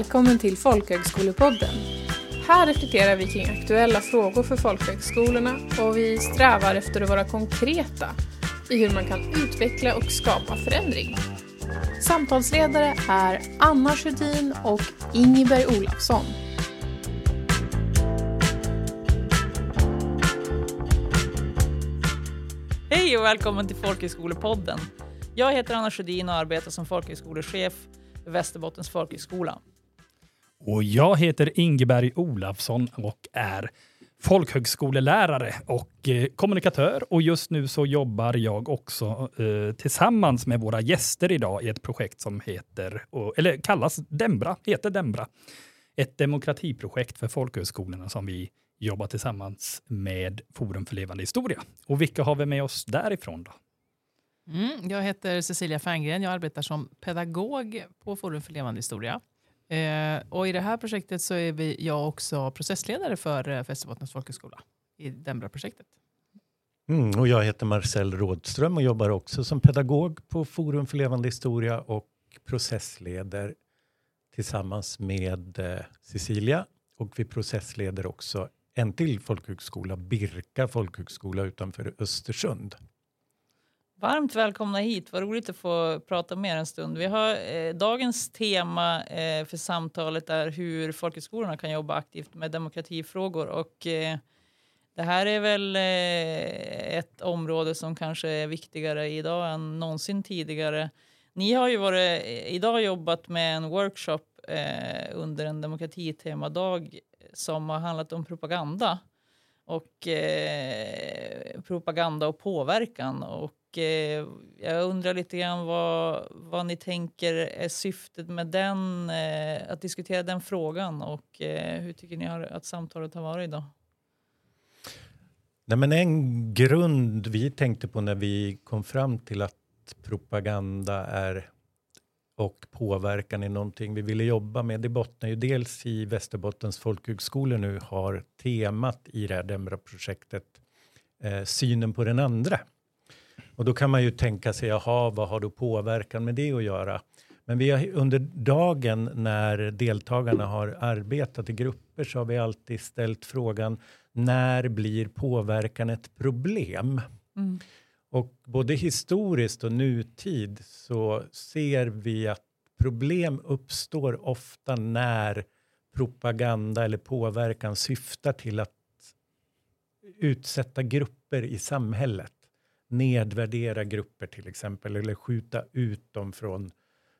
Välkommen till Folkhögskolepodden. Här reflekterar vi kring aktuella frågor för folkhögskolorna och vi strävar efter att vara konkreta i hur man kan utveckla och skapa förändring. Samtalsledare är Anna Sjödin och Ingeberg Olafsson. Hej och välkommen till Folkhögskolepodden. Jag heter Anna Sjödin och arbetar som folkhögskolechef för Västerbottens folkhögskola. Och jag heter Ingeberg Olafsson och är folkhögskolelärare och kommunikatör. Och just nu så jobbar jag också tillsammans med våra gäster idag i ett projekt som kallas Dembra. Ett demokratiprojekt för folkhögskolorna som vi jobbar tillsammans med Forum för levande historia. Och vilka har vi med oss därifrån då? Jag heter Cecilia Ferngren. Jag arbetar som pedagog på Forum för levande historia. Och i det här projektet så är jag också processledare för Västerbottens folkhögskola i Dembra-projektet. Och jag heter Marcel Rådström och jobbar också som pedagog på Forum för levande historia och processleder tillsammans med Cecilia. Och vi processleder också en till folkhögskola, Birka folkhögskola utanför Östersund. Varmt välkomna hit. Vad roligt att få prata med er en stund. Vi har dagens tema för samtalet är hur folkhögskolorna kan jobba aktivt med demokratifrågor. Och det här är väl ett område som kanske är viktigare idag än någonsin tidigare. Ni har ju idag jobbat med en workshop under en demokratitemadag som har handlat om propaganda. Och propaganda och påverkan. Och jag undrar lite grann vad ni tänker är syftet med att diskutera den frågan. Och hur tycker ni att samtalet har varit idag? Nej, men en grund vi tänkte på när vi kom fram till att propaganda är och påverkan är någonting vi ville jobba med. Det bottnar ju dels i Västerbottens folkhögskolor nu har temat i det här Dembra-projektet synen på den andra. Och då kan man ju tänka sig, vad har då påverkan med det att göra? Men vi har under dagen när deltagarna har arbetat i grupper så har vi alltid ställt frågan, när blir påverkan ett problem? Mm. Och både historiskt och nutid så ser vi att problem uppstår ofta när propaganda eller påverkan syftar till att utsätta grupper i samhället. Nedvärdera grupper till exempel eller skjuta ut dem från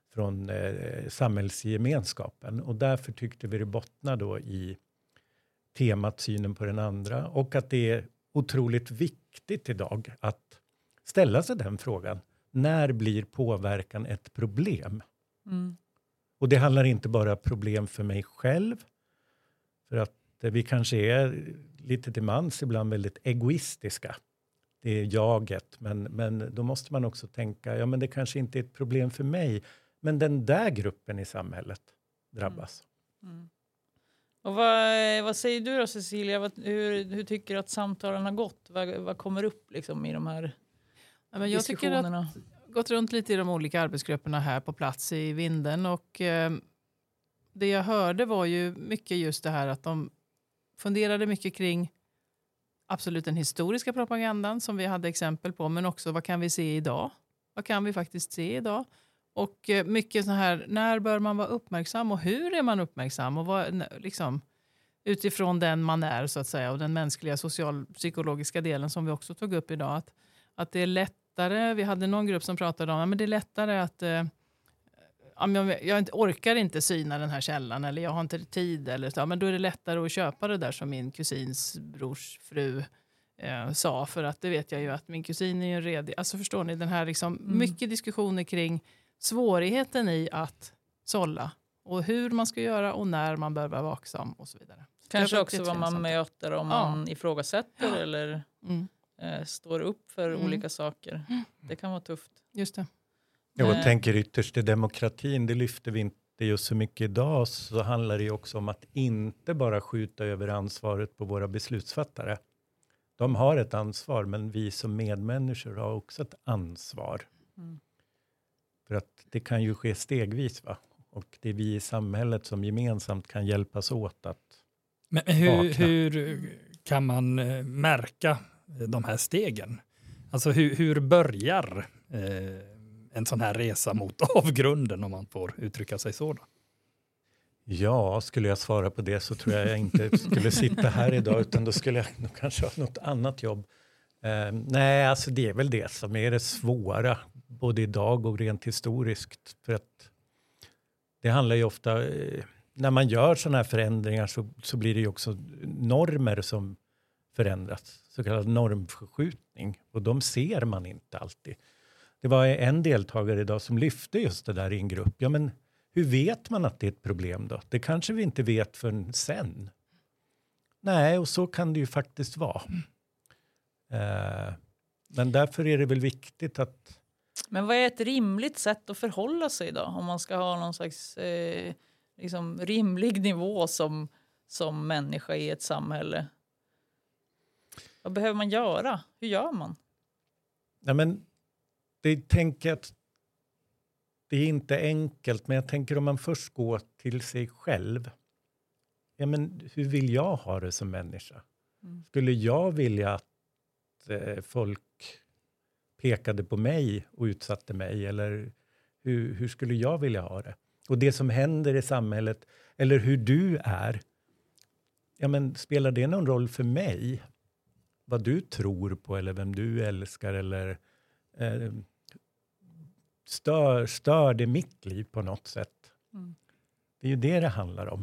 samhällsgemenskapen. Och därför tyckte vi det bottnar då i temat synen på den andra. Och att det är otroligt viktigt idag att ställa sig den frågan. När blir påverkan ett problem? Mm. Och det handlar inte bara problem för mig själv. För att vi kanske är lite till mans ibland väldigt egoistiska. Det är jaget. Men då måste man också tänka, men det kanske inte är ett problem för mig. Men den där gruppen i samhället drabbas. Mm. Och vad säger du då, Cecilia? Hur tycker du att samtalen har gått? Vad kommer upp liksom i de här jag tycker att gått runt lite i de olika arbetsgrupperna här på plats i Vinden och det jag hörde var ju mycket just det här att de funderade mycket kring absolut den historiska propagandan som vi hade exempel på, men också vad kan vi se idag? Vad kan vi faktiskt se idag? Och mycket så här, när bör man vara uppmärksam och hur är man uppmärksam och vad, liksom, utifrån den man är så att säga och den mänskliga socialpsykologiska delen som vi också tog upp idag att det är lättare, vi hade någon grupp som pratade om men det är lättare att jag orkar inte syna den här källan eller jag har inte tid eller så, men då är det lättare att köpa det där som min kusins brors fru sa, för att det vet jag ju att min kusin är ju redig. Alltså förstår ni, den här liksom mycket diskussioner kring svårigheten i att sålla och hur man ska göra och när man bör vara vaksam och så vidare. Kanske också vad man möter om man ifrågasätter eller står upp för olika saker. Det kan vara tufft. Just det. Jag tänker ytterst i demokratin, det lyfter vi inte just så mycket idag, så handlar det ju också om att inte bara skjuta över ansvaret på våra beslutsfattare. De har ett ansvar, men vi som medmänniskor har också ett ansvar. För att det kan ju ske stegvis, va? Och det är vi i samhället som gemensamt kan hjälpas åt att Men hur kan man märka de här stegen? Alltså hur börjar en sån här resa mot avgrunden, om man får uttrycka sig så då? Ja, skulle jag svara på det så tror jag inte skulle sitta här idag, utan då skulle jag nog kanske ha något annat jobb. Nej, alltså det är väl det som är det svåra, både idag och rent historiskt. För att det handlar ju ofta, när man gör sådana här förändringar så blir det ju också normer som förändras. Så kallad normförskjutning. Och de ser man inte alltid. Det var en deltagare idag som lyfte just det där i en grupp. Ja, men hur vet man att det är ett problem då? Det kanske vi inte vet förrän sen. Nej, och så kan det ju faktiskt vara. Men därför är det väl viktigt att... Men vad är ett rimligt sätt att förhålla sig då? Om man ska ha någon slags liksom rimlig nivå som människa i ett samhälle. Vad behöver man göra? Hur gör man? Nej, men det tänker att det är inte enkelt, men jag tänker om man först går till sig själv. Ja, men hur vill jag ha det som människa? Skulle jag vilja att folk pekade på mig och utsatte mig? Eller hur skulle jag vilja ha det? Och det som händer i samhället, eller hur du är, ja, men spelar det någon roll för mig? Vad du tror på eller vem du älskar, eller stör det mitt liv på något sätt? Det är ju det handlar om.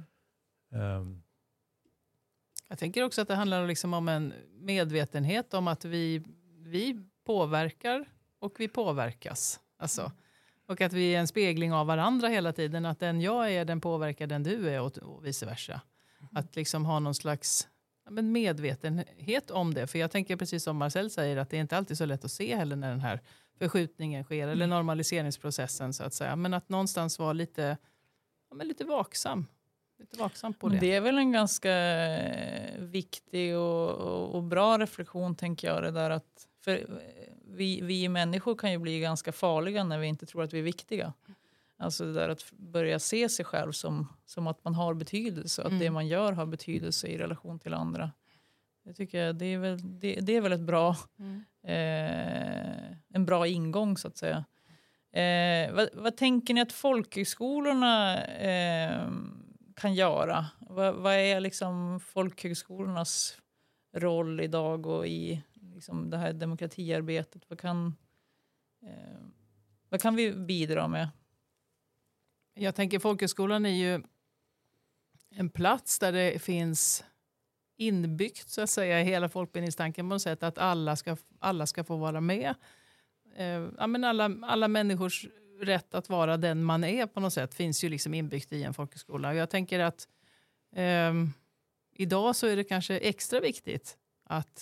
Jag tänker också att det handlar liksom om en medvetenhet om att vi påverkar och vi påverkas. Alltså, och att vi är en spegling av varandra hela tiden. Att den jag är, den påverkar den du är och vice versa. Att liksom ha någon slags medvetenhet om det. För jag tänker precis som Marcel säger att det är inte alltid så lätt att se heller när den här förskjutningen sker. Eller normaliseringsprocessen så att säga. Men att någonstans vara lite vaksam. Lite vaksam på det. Det är väl en ganska viktig och bra reflektion, tänker jag. Det där att för vi människor kan ju bli ganska farliga när vi inte tror att vi är viktiga. Alltså det där att börja se sig själv som att man har betydelse. Att det man gör har betydelse i relation till andra. Jag tycker det är väl ett bra, en bra ingång så att säga. Vad tänker ni att folkhögskolorna kan göra? Vad är liksom folkhögskolornas roll idag och i liksom det här demokratiarbetet? Vad kan vi bidra med? Jag tänker folkhögskolan är ju en plats där det finns inbyggt så att säga i hela folkbildningstanken på något sätt att alla ska få vara med. Alla människors rätt att vara den man är på något sätt finns ju liksom inbyggt i en folkhögskola. Jag tänker att idag så är det kanske extra viktigt att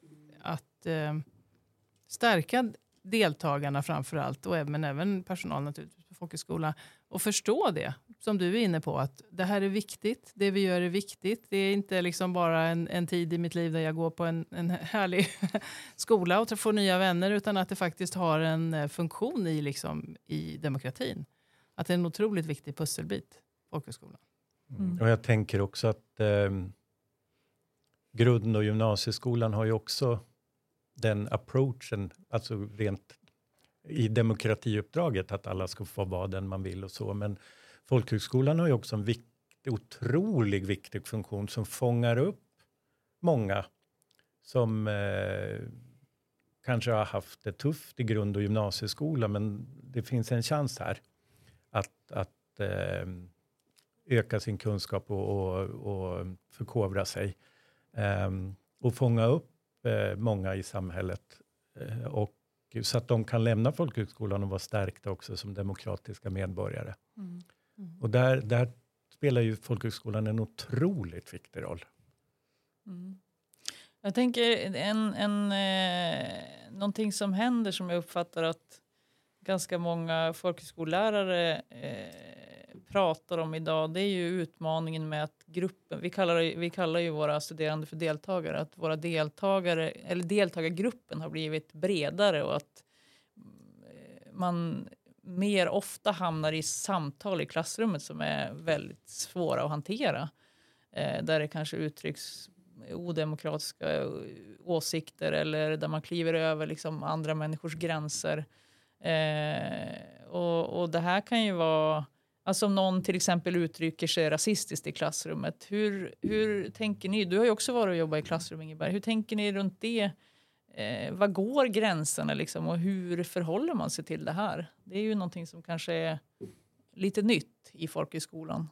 stärka deltagarna framförallt och även personal naturligtvis på folkhögskola och förstå det som du är inne på, att det här är viktigt, det vi gör är viktigt. Det är inte liksom bara en tid i mitt liv där jag går på en härlig skola och får nya vänner, utan att det faktiskt har en funktion i demokratin. Att det är en otroligt viktig pusselbit, folkhögskolan. Och jag tänker också att grund- och gymnasieskolan har ju också den approachen, alltså rent i demokratiuppdraget att alla ska få vara den man vill och så. Men folkhögskolan har ju också en otroligt viktig funktion som fångar upp många som kanske har haft det tufft i grund- och gymnasieskolan, men det finns en chans här att öka sin kunskap och förkovra sig och fånga upp många i samhället och så att de kan lämna folkhögskolan och vara stärkta också som demokratiska medborgare. Och där spelar ju folkhögskolan en otroligt viktig roll. Jag tänker någonting som händer som jag uppfattar att ganska många folkhögskolelärare pratar om idag, det är ju utmaningen med att gruppen, vi kallar ju våra studerande för deltagare, att våra deltagare eller deltagargruppen har blivit bredare och att mer ofta hamnar i samtal i klassrummet som är väldigt svåra att hantera. Där det kanske uttrycks odemokratiska åsikter eller där man kliver över liksom andra människors gränser. Och det här kan ju vara, alltså om någon till exempel uttrycker sig rasistiskt i klassrummet. Hur tänker ni? Du har ju också varit och jobbat i klassrum, Ingeberg. Hur tänker ni runt det? Vad går gränserna liksom, och hur förhåller man sig till det här? Det är ju någonting som kanske är lite nytt i folkhögskolan.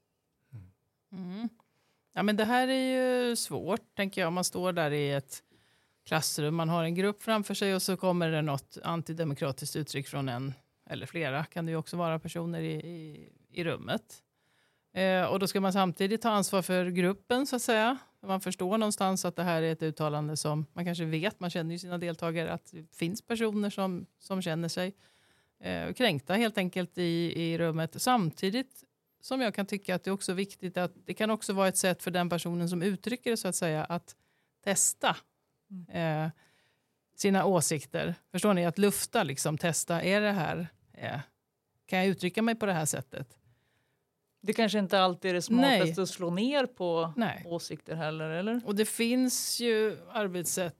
Ja, men det här är ju svårt, tänker jag. Om man står där i ett klassrum, man har en grupp framför sig och så kommer det något antidemokratiskt uttryck från en eller flera. Kan det ju också vara personer i rummet. Och då ska man samtidigt ta ansvar för gruppen, så att säga. Man förstår någonstans att det här är ett uttalande som man kanske vet, man känner ju sina deltagare, att det finns personer som känner sig kränkta helt enkelt i rummet. Samtidigt som jag kan tycka att det är också viktigt att det kan också vara ett sätt för den personen som uttrycker det, så att säga, att testa sina åsikter. Förstår ni? Att lufta, liksom, testa, är det här, kan jag uttrycka mig på det här sättet? Det kanske inte alltid är det smartaste att slå ner på åsikter heller, eller? Och det finns ju arbetssätt.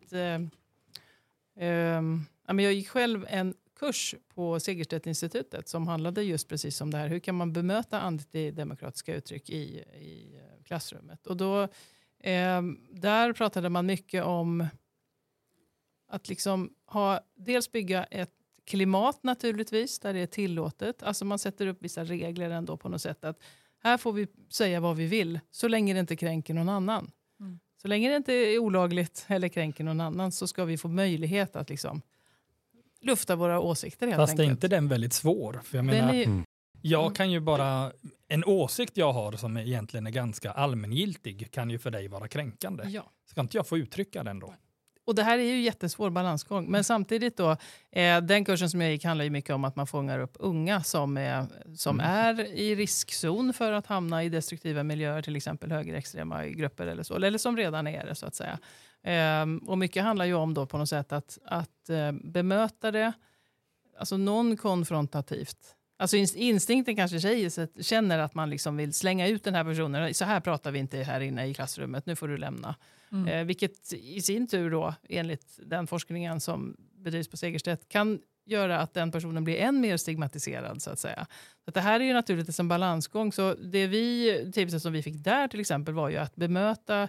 Jag gick själv en kurs på Segerstedt-institutet som handlade just precis om det här. Hur kan man bemöta antidemokratiska uttryck i klassrummet? Och då, där pratade man mycket om att liksom dels bygga ett klimat naturligtvis, där det är tillåtet. Alltså man sätter upp vissa regler ändå på något sätt. Att här får vi säga vad vi vill, så länge det inte kränker någon annan. Så länge det inte är olagligt eller kränker någon annan, så ska vi få möjlighet att liksom lufta våra åsikter helt enkelt. Fast är inte den väldigt svår? För jag menar, jag kan ju bara, en åsikt jag har som egentligen är ganska allmängiltig kan ju för dig vara kränkande. Ja. Ska inte jag få uttrycka den då? Och det här är ju jättesvår balansgång. Men samtidigt då, den kursen som jag gick handlar ju mycket om att man fångar upp unga som är i riskzon för att hamna i destruktiva miljöer, till exempel högerextrema grupper eller så. Eller som redan är det, så att säga. Och mycket handlar ju om då på något sätt att bemöta det, alltså non-konfrontativt. Alltså instinkten kanske känner att man liksom vill slänga ut den här personen. Så här pratar vi inte här inne i klassrummet, nu får du lämna. Vilket i sin tur då, enligt den forskningen som bedrivs på Segerstedt, kan göra att den personen blir än mer stigmatiserad, så att säga. Så att det här är ju naturligtvis en balansgång. Så det tipset som vi fick där till exempel var ju att bemöta,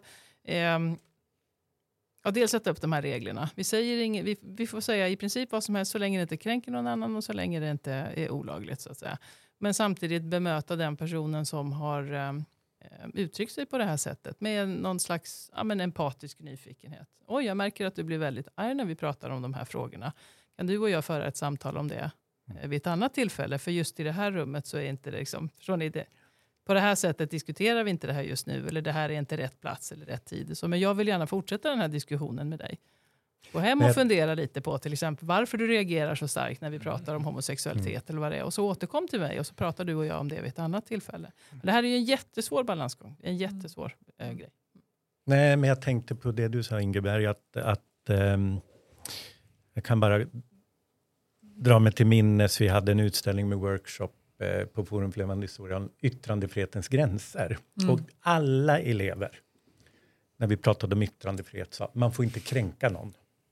dels sätta upp de här reglerna. Vi får säga i princip vad som helst så länge det inte kränker någon annan och så länge det inte är olagligt, så att säga. Men samtidigt bemöta den personen som har uttryckt sig på det här sättet med någon slags empatisk nyfikenhet. Oj, jag märker att du blir väldigt arg när vi pratar om de här frågorna. Kan du och jag föra ett samtal om det vid ett annat tillfälle? För just i det här rummet så är inte det liksom, förstår ni det? På det här sättet diskuterar vi inte det här just nu. Eller det här är inte rätt plats eller rätt tid. Men jag vill gärna fortsätta den här diskussionen med dig. Gå hem och fundera lite på till exempel varför du reagerar så starkt när vi pratar om homosexualitet eller vad det är. Och så återkom till mig och så pratar du och jag om det vid ett annat tillfälle. Det här är ju en jättesvår balansgång. En jättesvår grej. Nej, men jag tänkte på det du sa, Ingeberg, att jag kan bara dra mig till minnes. Vi hade en utställning med workshop på Forum för levande historia om yttrandefrihetens gränser. Och alla elever, när vi pratade om yttrandefrihet, sa man får inte kränka någon.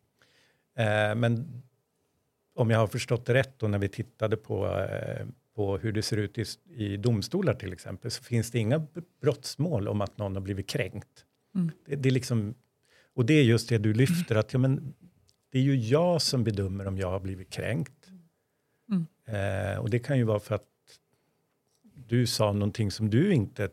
Men om jag har förstått det rätt då, när vi tittade på hur det ser ut i domstolar till exempel, så finns det inga brottsmål om att någon har blivit kränkt. Det är liksom, och det är just det du lyfter, att det är ju jag som bedömer om jag har blivit kränkt. Och det kan ju vara för att du sa någonting som du inte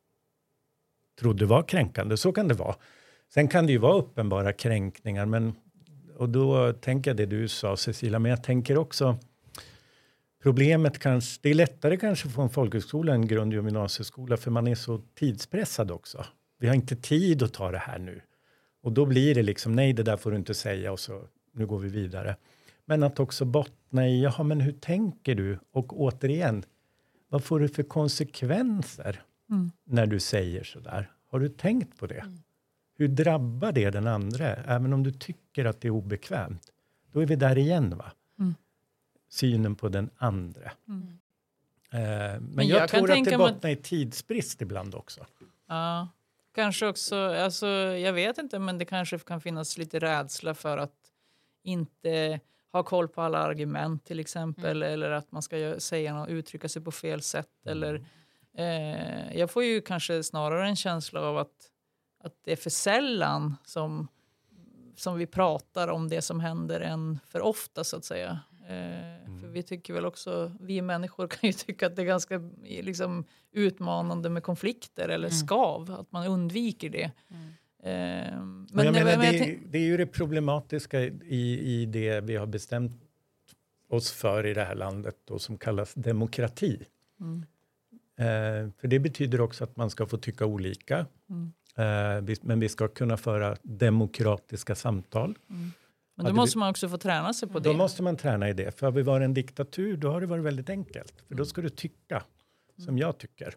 trodde var kränkande. Så kan det vara. Sen kan det ju vara uppenbara kränkningar. Och då tänker jag det du sa, Cecilia. Men jag tänker också, problemet kanske, det är lättare kanske att få en folkhögskola än grund- och gymnasieskola. För man är så tidspressad också. Vi har inte tid att ta det här nu. Och då blir det liksom, nej det där får du inte säga och så nu går vi vidare. Men att också bottna i, jaha men hur tänker du? Och återigen, vad får du för konsekvenser när du säger sådär? Har du tänkt på det? Hur drabbar det den andra? Även om du tycker att det är obekvämt. Då är vi där igen, va? synen på den andra. Men jag tror att det bottnar i tidsbrist ibland också. Ja, kanske också. Alltså, jag vet inte, men det kanske kan finnas lite rädsla för att inte ha koll på alla argument till exempel. Eller att man ska säga något, uttrycka sig på fel sätt. Eller, jag får ju kanske snarare en känsla av att det är för sällan som vi pratar om det som händer än för ofta så att säga. För vi tycker väl också, vi människor kan ju tycka att det är ganska liksom, utmanande med konflikter eller skav, att man undviker det. Men det är ju det problematiska i det vi har bestämt oss för i det här landet och som kallas demokrati. För det betyder också att man ska få tycka olika. Men vi ska kunna föra demokratiska samtal. Men då måste man också få träna sig på det. Då måste man träna i det. För har vi varit en diktatur, då har det varit väldigt enkelt. För då ska du tycka som jag tycker.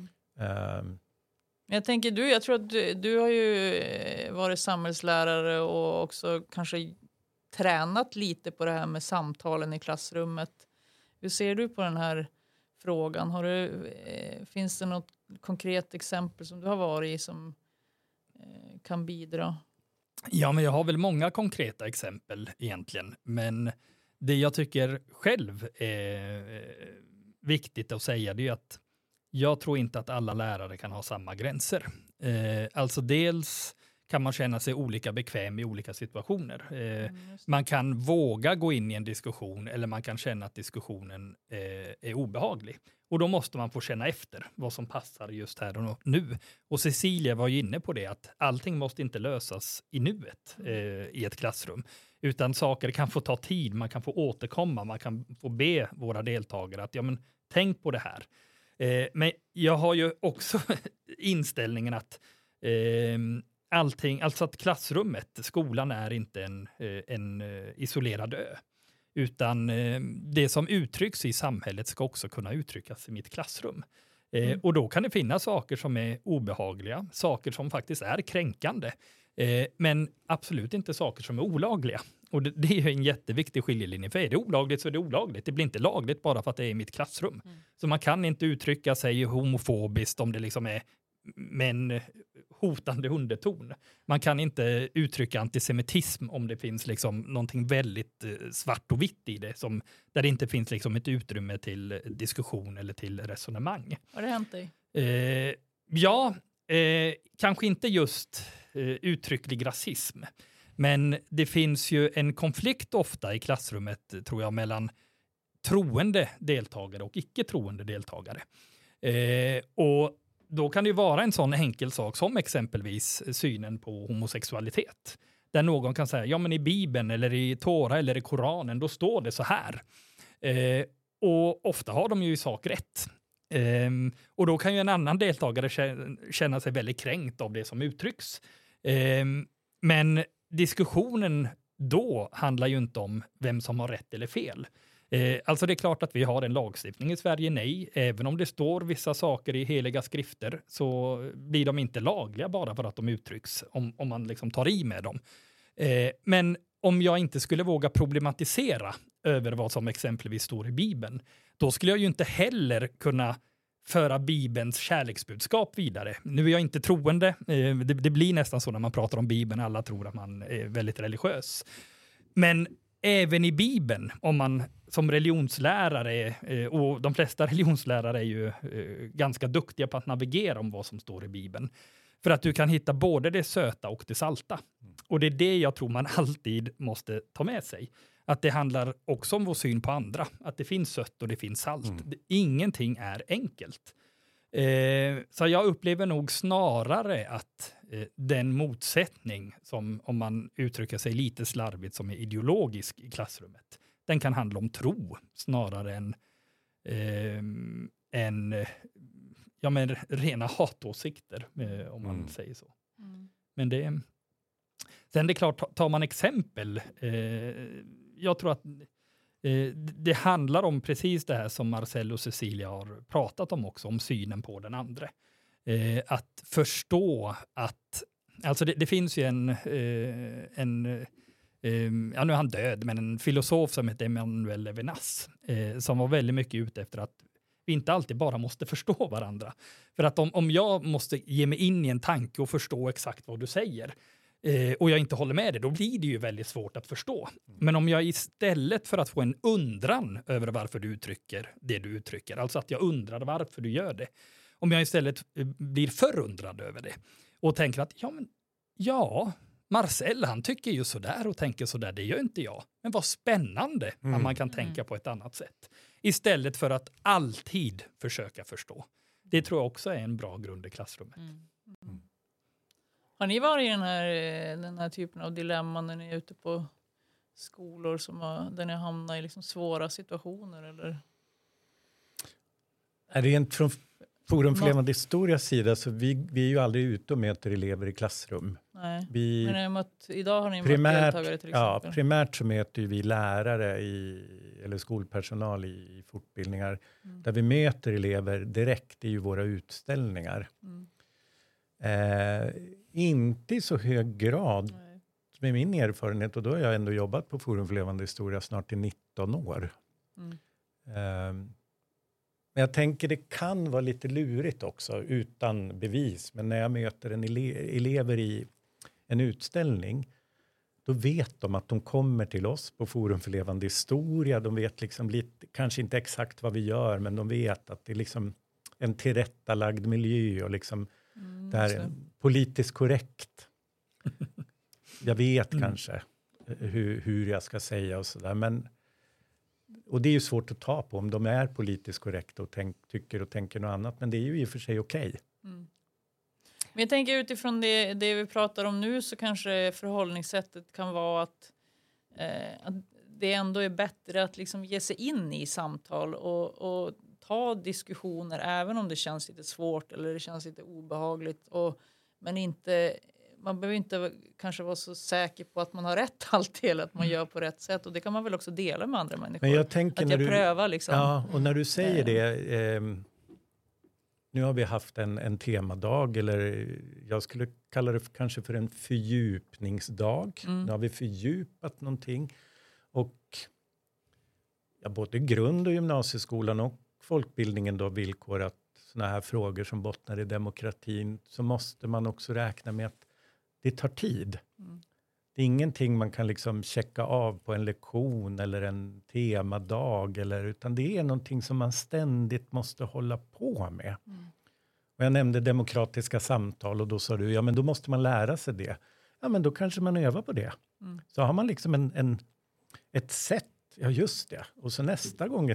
Jag tänker jag tror att du har ju varit samhällslärare och också kanske tränat lite på det här med samtalen i klassrummet. Hur ser du på den här frågan? Finns det något konkret exempel som du har varit i som kan bidra? Ja, men jag har väl många konkreta exempel egentligen. Men det jag tycker själv är viktigt att säga, det är att jag tror inte att alla lärare kan ha samma gränser. Alltså dels kan man känna sig olika bekväm i olika situationer. Man kan våga gå in i en diskussion eller man kan känna att diskussionen är obehaglig. Och då måste man få känna efter vad som passar just här och nu. Och Cecilia var ju inne på det, att allting måste inte lösas i nuet i ett klassrum. Utan saker kan få ta tid, man kan få återkomma, man kan få be våra deltagare att tänk på det här. Men jag har ju också inställningen att alltså att klassrummet, skolan är inte en isolerad ö. Utan det som uttrycks i samhället ska också kunna uttryckas i mitt klassrum. Och då kan det finnas saker som är obehagliga, saker som faktiskt är kränkande. Men absolut inte saker som är olagliga. Och det är ju en jätteviktig skiljelinje. För är det olagligt så är det olagligt. Det blir inte lagligt bara för att det är i mitt klassrum. Så man kan inte uttrycka sig homofobiskt om det liksom är med en hotande underton. Man kan inte uttrycka antisemitism om det finns liksom någonting väldigt svart och vitt i det. Där det inte finns liksom ett utrymme till diskussion eller till resonemang. Har det hänt dig? Kanske inte just uttrycklig rasism. Men det finns ju en konflikt ofta i klassrummet, tror jag, mellan troende deltagare och icke-troende deltagare. Och då kan det ju vara en sån enkel sak som exempelvis synen på homosexualitet. Där någon kan säga, ja men i Bibeln eller i Tora eller i Koranen, då står det så här. Och ofta har de ju i sak rätt. Och då kan ju en annan deltagare känna sig väldigt kränkt av det som uttrycks. Men diskussionen då handlar ju inte om vem som har rätt eller fel. Alltså det är klart att vi har en lagstiftning i Sverige, nej. Även om det står vissa saker i heliga skrifter så blir de inte lagliga bara för att de uttrycks om man liksom tar i med dem. Men om jag inte skulle våga problematisera över vad som exempelvis står i Bibeln, då skulle jag ju inte heller kunna föra Bibelns kärleksbudskap vidare. Nu är jag inte troende. Det blir nästan så när man pratar om Bibeln. Alla tror att man är väldigt religiös. Men även i Bibeln, om man som religionslärare, och de flesta religionslärare är ju ganska duktiga på att navigera om vad som står i Bibeln. För att du kan hitta både det söta och det salta. Och det är det jag tror man alltid måste ta med sig. Att det handlar också om vår syn på andra. Att det finns sött och det finns salt. Ingenting är enkelt. Så jag upplever nog snarare att den motsättning som, om man uttrycker sig lite slarvigt, som är ideologisk i klassrummet, den kan handla om tro snarare än rena hatåsikter, om man säger så. Men sen det är klart, tar man exempel, jag tror att det handlar om precis det här som Marcel och Cecilia har pratat om också, om synen på den andra. Att förstå att, alltså det finns ju nu är han död, men en filosof som heter Emmanuel Levinas, som var väldigt mycket ute efter att vi inte alltid bara måste förstå varandra. För att om jag måste ge mig in i en tanke och förstå exakt vad du säger, och jag inte håller med dig, då blir det ju väldigt svårt att förstå. Men om jag istället för att få en undran över varför du uttrycker det du uttrycker, alltså att jag undrar varför du gör det, om jag istället blir förundrad över det och tänker att Marcel, han tycker ju sådär och tänker sådär, det gör inte jag. Men vad spännande att man kan tänka på ett annat sätt. Istället för att alltid försöka förstå. Det tror jag också är en bra grund i klassrummet. Har ni varit i den här typen av dilemman när ni är ute på skolor där ni hamnar i liksom svåra situationer? Eller? Rent från Forum för levande historias sida, så vi är ju aldrig ute och möter elever i klassrum. Nej, men idag har ni mött deltagare till exempel. Ja, primärt så möter vi lärare eller skolpersonal i fortbildningar. Där vi möter elever direkt i våra utställningar. Inte i så hög grad med min erfarenhet, och då har jag ändå jobbat på Forum för levande historia snart i 19 år. Men jag tänker det kan vara lite lurigt också, utan bevis. Men när jag möter elever i en utställning, då vet de att de kommer till oss på Forum för levande historia. De vet liksom lite, kanske inte exakt vad vi gör, men de vet att det är liksom en tillrättalagd miljö och liksom det här är politiskt korrekt. Jag vet kanske hur jag ska säga och sådär, men och det är ju svårt att ta på om de är politiskt korrekta och tycker och tänker något annat. Men det är ju i och för sig okej. Men jag tänker utifrån det vi pratar om nu, så kanske förhållningssättet kan vara att det ändå är bättre att liksom ge sig in i samtal och ta diskussioner även om det känns lite svårt eller det känns lite obehagligt. Men inte... Man behöver inte kanske vara så säker på att man har rätt alltid eller att man gör på rätt sätt. Och det kan man väl också dela med andra människor. Men jag tänker att prövar liksom. Ja, och när du säger det. Nu har vi haft en temadag, eller jag skulle kalla det kanske för en fördjupningsdag. Nu har vi fördjupat någonting. Och både grund- och gymnasieskolan och folkbildningen då villkor att såna här frågor som bottnar i demokratin, så måste man också räkna med att det tar tid. Det är ingenting man kan liksom checka av på en lektion eller en temadag. Utan det är någonting som man ständigt måste hålla på med. Och jag nämnde demokratiska samtal, och då sa du, ja men då måste man lära sig det. Ja men då kanske man övar på det. Så har man liksom ett sätt, ja just det. Och så nästa gång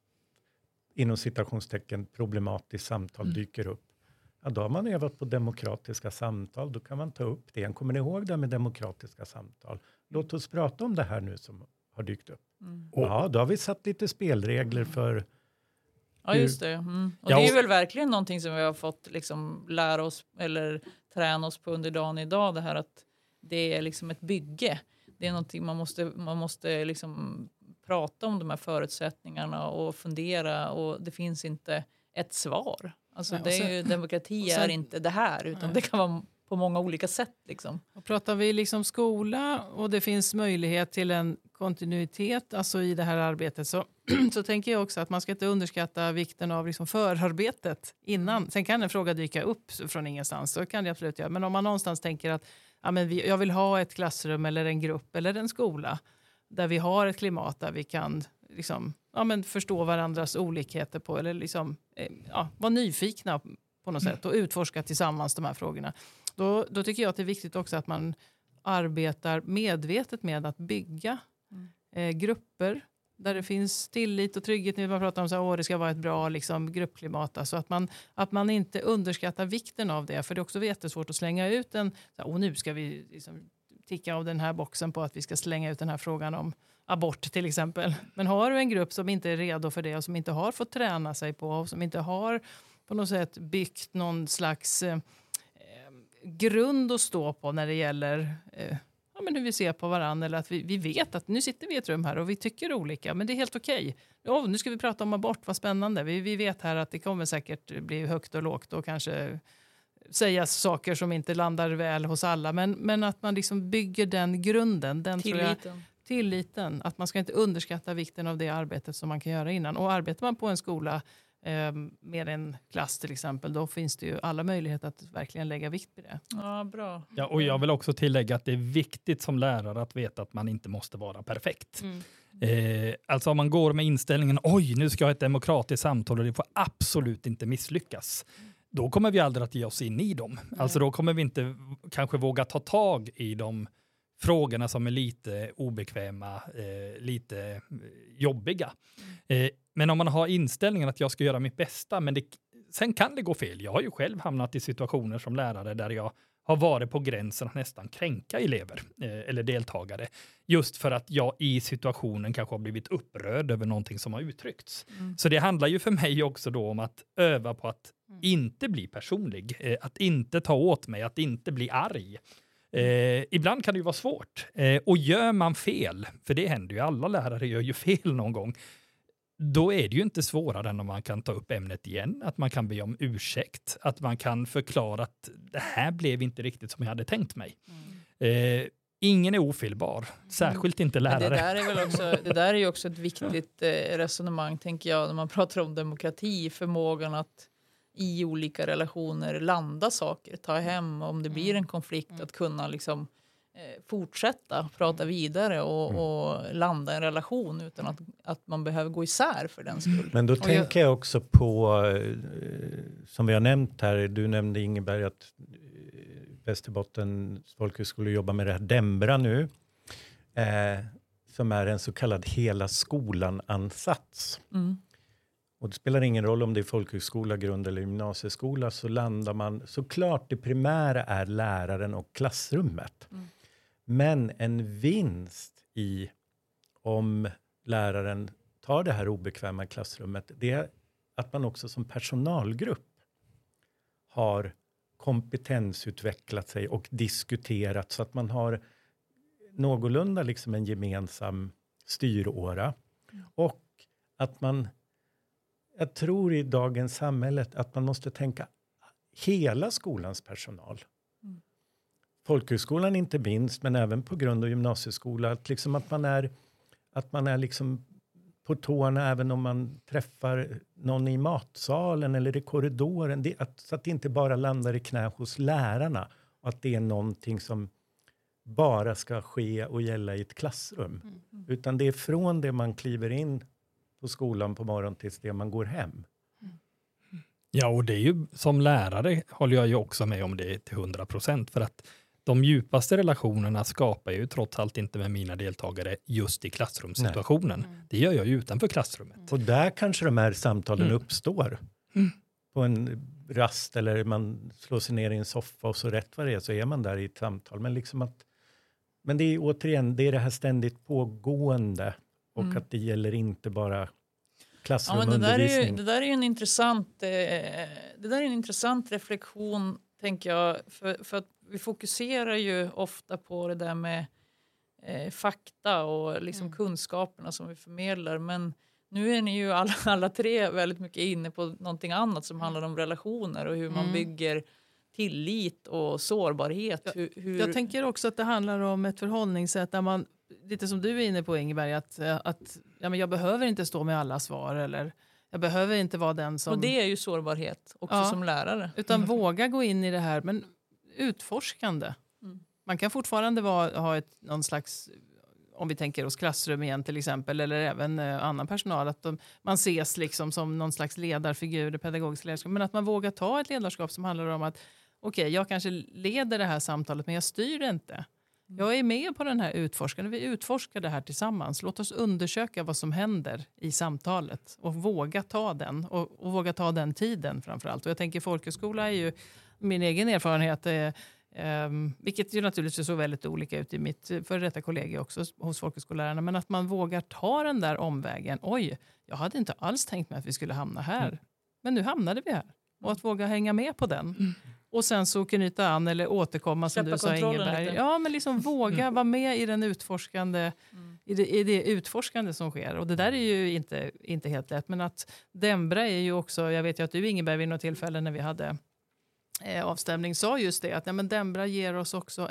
inom citationstecken problematiskt samtal dyker upp. Ja, då har man övat på demokratiska samtal. Då kan man ta upp det. Kommer ni ihåg det med demokratiska samtal? Låt oss prata om det här nu som har dykt upp. Ja, då har vi satt lite spelregler för... Ja, just det. Och det är väl verkligen någonting som vi har fått liksom lära oss eller träna oss på under dagen idag. Det här att det är liksom ett bygge. Det är någonting man måste liksom prata om de här förutsättningarna och fundera, och det finns inte ett svar. Alltså demokrati är inte det här, utan det kan vara på många olika sätt. Liksom. Och pratar vi liksom skola och det finns möjlighet till en kontinuitet alltså i det här arbetet, så tänker jag också att man ska inte underskatta vikten av liksom förarbetet innan. Sen kan en fråga dyka upp från ingenstans, så kan det absolut göra. Men om man någonstans tänker att jag vill ha ett klassrum eller en grupp eller en skola där vi har ett klimat där vi kan liksom, förstå varandras olikheter på, eller liksom, vara nyfikna på något sätt och utforska tillsammans de här frågorna. Då tycker jag att det är viktigt också att man arbetar medvetet med att bygga grupper där det finns tillit och trygghet. När man pratar om så här, det ska vara ett bra liksom, gruppklimat. Alltså att man inte underskattar vikten av det. För det är också jättesvårt att slänga ut nu ska vi liksom ticka av den här boxen på att vi ska slänga ut den här frågan om abort till exempel. Men har du en grupp som inte är redo för det och som inte har fått träna sig på och som inte har på något sätt byggt någon slags grund att stå på när det gäller hur vi ser på varandra, eller att vi vet att nu sitter vi i ett rum här och vi tycker olika, men det är helt okej. Nu ska vi prata om abort, vad spännande. Vi vet här att det kommer säkert bli högt och lågt och kanske säga saker som inte landar väl hos alla. Men att man liksom bygger den grunden. Den tilliten. Att man ska inte underskatta vikten av det arbetet som man kan göra innan. Och arbetar man på en skola med en klass till exempel, då finns det ju alla möjligheter att verkligen lägga vikt på det. Ja, bra. Ja, och jag vill också tillägga att det är viktigt som lärare att veta att man inte måste vara perfekt. Alltså om man går med inställningen, oj, nu ska jag ha ett demokratiskt samtal och det får absolut inte misslyckas. Då kommer vi aldrig att ge oss in i dem. Alltså då kommer vi inte kanske våga ta tag i de frågorna som är lite obekväma, lite jobbiga. Men om man har inställningen att jag ska göra mitt bästa, men sen kan det gå fel. Jag har ju själv hamnat i situationer som lärare där jag har varit på gränsen att nästan kränka elever eller deltagare. Just för att jag i situationen kanske har blivit upprörd över någonting som har uttryckts. Så det handlar ju för mig också då om att öva på att inte bli personlig. Att inte ta åt mig, att inte bli arg. Ibland kan det ju vara svårt. Och gör man fel, för det händer ju, alla lärare gör ju fel någon gång. Då är det ju inte svårare än om man kan ta upp ämnet igen. Att man kan be om ursäkt. Att man kan förklara att det här blev inte riktigt som jag hade tänkt mig. Ingen är ofelbar. Särskilt inte lärare. Det där är ju också ett viktigt resonemang, tänker jag, när man pratar om demokrati. Förmågan att i olika relationer landa saker. Ta hem om det blir en konflikt. Att kunna liksom fortsätta prata vidare och landa en relation utan att man behöver gå isär för den skull. Men då tänker jag också på, som vi har nämnt här, du nämnde Ingeberg att Västerbottens folkhögskola jobbar med det här Dembra nu, som är en så kallad hela skolan-ansats. Och det spelar ingen roll om det är folkhögskola, grund- eller gymnasieskola, så landar man, såklart det primära är läraren och klassrummet. Men en vinst i om läraren tar det här obekväma klassrummet, det är att man också som personalgrupp har kompetensutvecklat sig och diskuterat så att man har någorlunda liksom en gemensam styråra. Och att man, jag tror i dagens samhälle att man måste tänka hela skolans personal. Folkhögskolan inte minst, men även på grund- och gymnasieskola. Att, liksom att man är liksom på tårna även om man träffar någon i matsalen eller i korridoren. Så att det inte bara landar i knä hos lärarna. Och att det är någonting som bara ska ske och gälla i ett klassrum. Utan det är från det man kliver in på skolan på morgonen tills det man går hem. Ja, och det är ju som lärare håller jag ju också med om det till 100%. För att de djupaste relationerna skapar jag ju trots allt inte med mina deltagare just i klassrumssituationen. Det gör jag ju utanför klassrummet. Och där kanske de här samtalen uppstår. På en rast eller man slår sig ner i en soffa och så rätt vad det är så är man där i ett samtal. Men det är återigen, det är det här ständigt pågående. Och att det gäller inte bara klassrumundervisning. Det där är ju en intressant reflektion, tänker jag. För att vi fokuserar ju ofta på det där med fakta och liksom kunskaperna som vi förmedlar. Men nu är ni ju alla tre väldigt mycket inne på någonting annat som handlar om relationer och hur man bygger tillit och sårbarhet. Jag tänker också att det handlar om ett förhållningssätt där man, lite som du är inne på Ingeberg, att ja, men jag behöver inte stå med alla svar eller jag behöver inte vara den som... Och det är ju sårbarhet också som lärare. Utan våga gå in i det här, men utforskande. Man kan fortfarande ha någon slags, om vi tänker oss klassrum igen till exempel, eller även annan personal, att man ses liksom som någon slags ledarfigur, pedagogisk ledarskap, men att man vågar ta ett ledarskap som handlar om att okej, jag kanske leder det här samtalet, men jag styr det inte. Jag är med på den här utforskningen. Vi utforskar det här tillsammans. Låt oss undersöka vad som händer i samtalet och våga ta den och våga ta den tiden framförallt. Och jag tänker folkhögskola är ju min egen erfarenhet, vilket ju naturligtvis så väldigt olika ut i mitt före detta kollega också hos folkhögskolelärarna, men att man vågar ta den där omvägen. Oj, jag hade inte alls tänkt mig att vi skulle hamna här. Men nu hamnade vi här. Och att våga hänga med på den. Och sen så knyta an eller återkomma som du sa Ingeberg. Lite. Ja, men liksom våga vara med i den utforskande i det utforskande som sker. Och det där är ju inte helt lätt. Men att Dembra är ju också, jag vet ju att du Ingeberg vid något tillfälle när vi hade avstämning sa just det, att Dembra ger oss också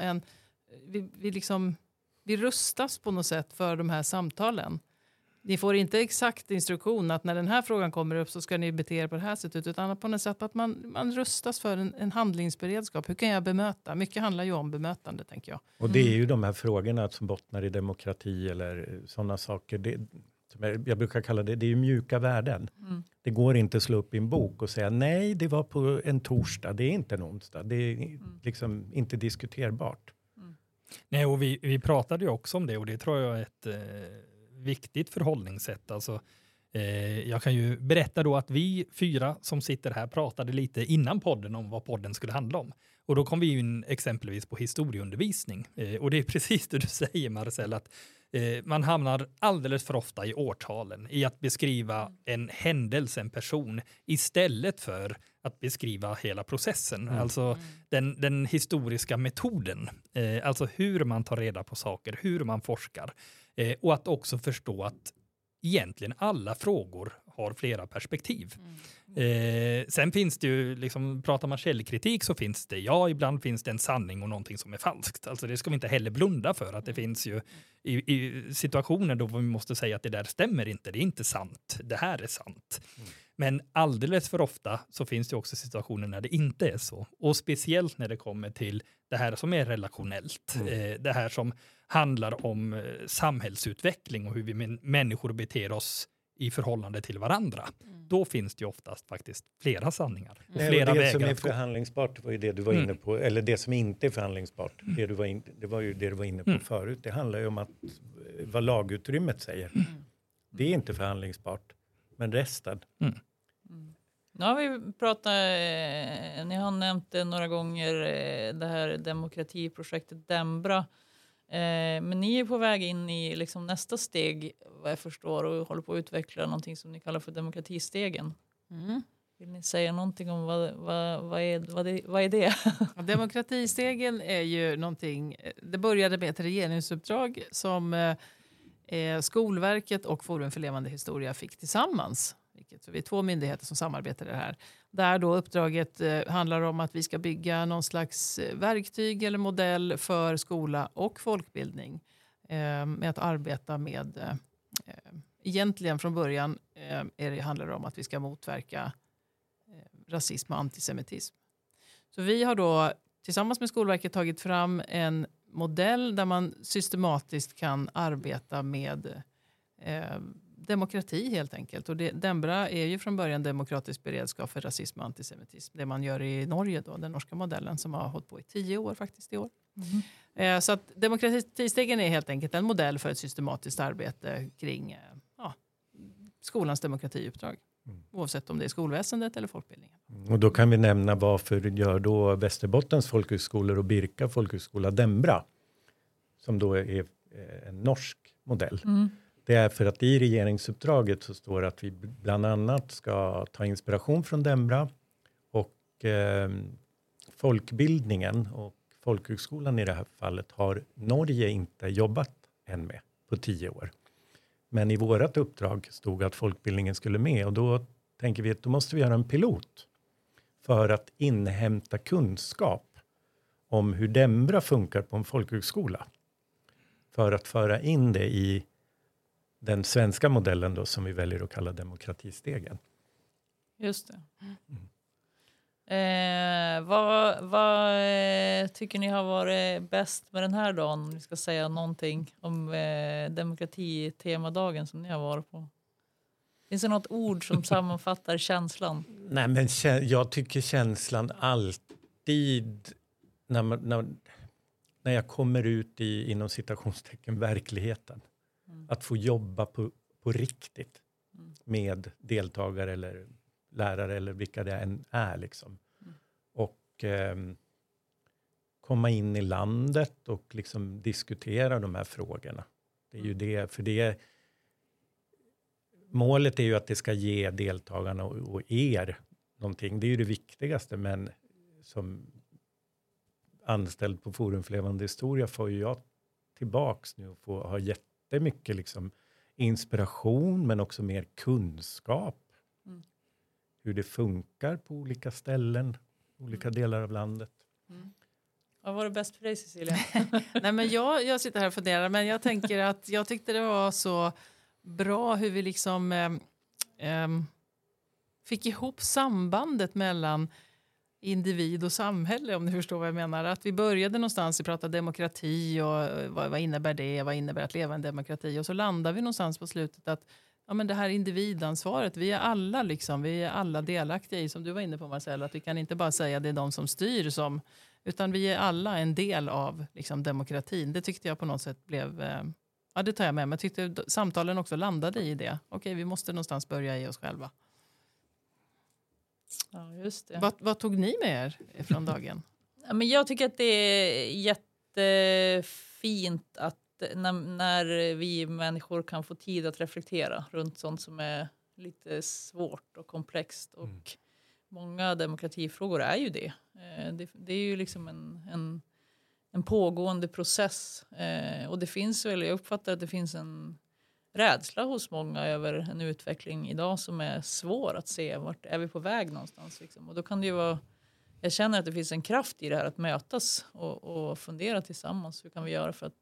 vi rustas på något sätt för de här samtalen. Ni får inte exakt instruktion att när den här frågan kommer upp så ska ni bete er på det här sättet, utan på något sätt att man rustas för en handlingsberedskap. Hur kan jag bemöta? Mycket handlar ju om bemötande, tänker jag. Och det är ju de här frågorna som bottnar i demokrati eller sådana saker. Jag brukar kalla det är ju mjuka värden. Det går inte att slå upp i en bok och säga nej, det var på en torsdag, det är inte en onsdag. Det är liksom inte diskuterbart. Nej, och vi pratade ju också om det, och det tror jag är ett viktigt förhållningssätt. Alltså, jag kan ju berätta då att vi 4 som sitter här pratade lite innan podden om vad podden skulle handla om. Och då kom vi in exempelvis på historieundervisning. Och det är precis det du säger, Marcel, att man hamnar alldeles för ofta i årtalen, i att beskriva en händelse, en person, istället för att beskriva hela processen. Alltså den historiska metoden. Alltså hur man tar reda på saker, hur man forskar. Och att också förstå att egentligen alla frågor har flera perspektiv. Sen finns det ju, liksom, pratar man källkritik så finns det, ibland finns det en sanning och någonting som är falskt. Alltså det ska vi inte heller blunda för, att det finns ju i situationer då vi måste säga att det där stämmer inte, det är inte sant, det här är sant. Men alldeles för ofta så finns det också situationer när det inte är så. Och speciellt när det kommer till det här som är relationellt. Det här som handlar om samhällsutveckling och hur vi människor beter oss i förhållande till varandra. Då finns det ju oftast faktiskt flera sanningar. Och flera det vägar som är att gå. förhandlingsbart var ju det du var inne på. Eller det som inte är förhandlingsbart. Det var ju det du var inne på förut. Det handlar ju om att vad lagutrymmet säger. Det är inte förhandlingsbart. Men resten. Nu har vi pratat, ni har nämnt det några gånger, det här demokratiprojektet Dembra. Men ni är på väg in i liksom nästa steg, vad jag förstår, och håller på att utveckla någonting som ni kallar för demokratistegen. Vill ni säga någonting om vad är det? Ja, demokratistegen är ju någonting, det började med ett regeringsuppdrag som Skolverket och Forum för levande historia fick tillsammans. Så vi är 2 myndigheter som samarbetar i det här. Där då uppdraget handlar om att vi ska bygga någon slags verktyg eller modell för skola och folkbildning. Med att arbeta med, egentligen från början handlar det om att vi ska motverka rasism och antisemitism. Så vi har då tillsammans med Skolverket tagit fram en modell där man systematiskt kan arbeta med demokrati helt enkelt. Och Dembra är ju från början demokratisk beredskap för rasism och antisemitism. Det man gör i Norge då, den norska modellen som har hållit på i 10 år faktiskt i år. Så att demokratistegen är helt enkelt en modell för ett systematiskt arbete kring skolans demokratiuppdrag. Oavsett om det är skolväsendet eller folkbildningen. Och då kan vi nämna varför gör då Västerbottens folkhögskolor och Birka folkhögskola Dembra. Som då är en norsk modell. Det är för att i regeringsuppdraget så står det att vi bland annat ska ta inspiration från Dembra och folkbildningen och folkhögskolan i det här fallet har Norge inte jobbat än med på 10 år. Men i vårat uppdrag stod att folkbildningen skulle med och då tänker vi att då måste vi göra en pilot för att inhämta kunskap om hur Dembra funkar på en folkhögskola. För att föra in det i den svenska modellen då som vi väljer att kalla demokratistegen. Just det. Vad tycker ni har varit bäst med den här dagen? Om ni ska säga någonting om demokratitemadagen som ni har varit på. Finns det något ord som sammanfattar känslan? Nej, men jag tycker känslan alltid när jag kommer ut i inom citationstecken verkligheten. Att få jobba på riktigt med deltagare eller lärare eller vilka det än är liksom. Och komma in i landet och liksom diskutera de här frågorna. Det är ju det, för det målet är ju att det ska ge deltagarna och er någonting. Det är ju det viktigaste, men som anställd på Forum för levande historia får ju jag tillbaks nu och få ha jättemycket liksom inspiration men också mer kunskap. Hur det funkar på olika ställen. olika delar av landet. Vad var det bäst för dig, Cecilia? Nej, men jag sitter här och funderar, men jag tänker att jag tyckte det var så bra hur vi liksom fick ihop sambandet mellan individ och samhälle, om ni förstår vad jag menar. Att vi började någonstans att prata demokrati och vad innebär det, vad innebär att leva en demokrati, och så landar vi någonstans på slutet att men det här individansvaret, vi är alla delaktiga i, som du var inne på, Marcel, att vi kan inte bara säga att det är de som styr utan vi är alla en del av liksom demokratin. Det tyckte jag på något sätt blev, det tar jag med mig. Jag tyckte samtalen också landade i det. Okej, vi måste någonstans börja i oss själva. Ja, just det. Vad tog ni med er från dagen? Ja, men jag tycker att det är jättefint att när vi människor kan få tid att reflektera runt sånt som är lite svårt och komplext. Och många demokratifrågor är ju det. Det är ju liksom en pågående process. Och det finns väl, jag uppfattar att det finns en rädsla hos många över en utveckling idag som är svår att se. Vart är vi på väg någonstans? Liksom. Och då kan det ju vara, jag känner att det finns en kraft i det här att mötas och fundera tillsammans. Hur kan vi göra för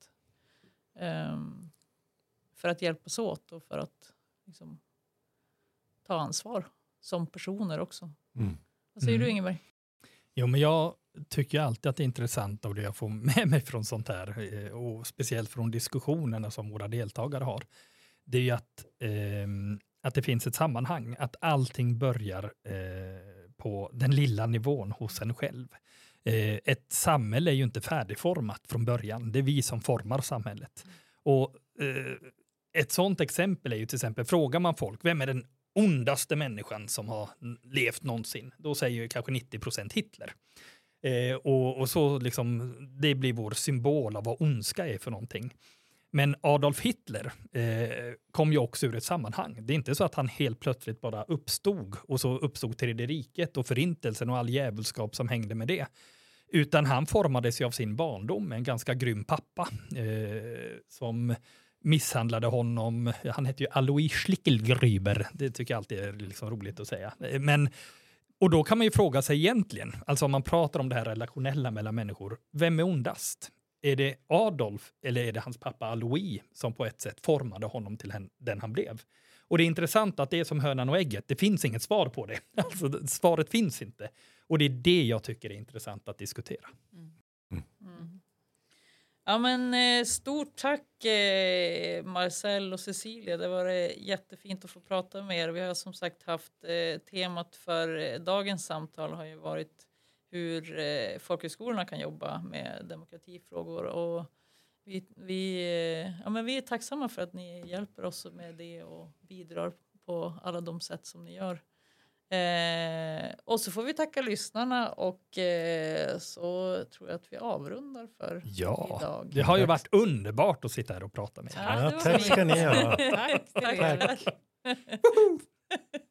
att hjälpas åt och för att liksom, ta ansvar som personer också. Vad säger du, Ingeberg? Jo, men jag tycker alltid att det är intressant av det jag får med mig från sånt här, och speciellt från diskussionerna som våra deltagare har. Det är ju att det finns ett sammanhang, att allting börjar på den lilla nivån hos en själv. Ett samhälle är ju inte färdigformat från början. Det är vi som formar samhället. Och ett sånt exempel är ju till exempel, frågar man folk, vem är den ondaste människan som har levt någonsin? Då säger ju kanske 90% Hitler. Och så liksom, det blir vår symbol av vad ondska är för någonting. Men Adolf Hitler kom ju också ur ett sammanhang. Det är inte så att han helt plötsligt bara uppstod och så uppstod Tredje riket och förintelsen och all djävulskap som hängde med det. Utan han formades ju av sin barndom, en ganska grym pappa som misshandlade honom. Han hette ju Alois Schlickelgräber. Det tycker jag alltid är liksom roligt att säga. Och då kan man ju fråga sig egentligen, alltså om man pratar om det här relationella mellan människor, vem är ondast? Är det Adolf eller är det hans pappa Alois som på ett sätt formade honom till den han blev? Och det är intressant att det är som hönan och ägget. Det finns inget svar på det. Alltså, svaret finns inte. Och det är det jag tycker är intressant att diskutera. Ja, men stort tack Marcel och Cecilia. Det var jättefint att få prata med er. Vi har som sagt haft temat för dagens samtal har ju varit hur folkhögskolorna kan jobba med demokratifrågor. Och vi är tacksamma för att ni hjälper oss med det och bidrar på alla de sätt som ni gör. Och så får vi tacka lyssnarna och så tror jag att vi avrundar för idag. Det har ju varit underbart att sitta här och prata med er. Ja, tack ska ni ha. Tack.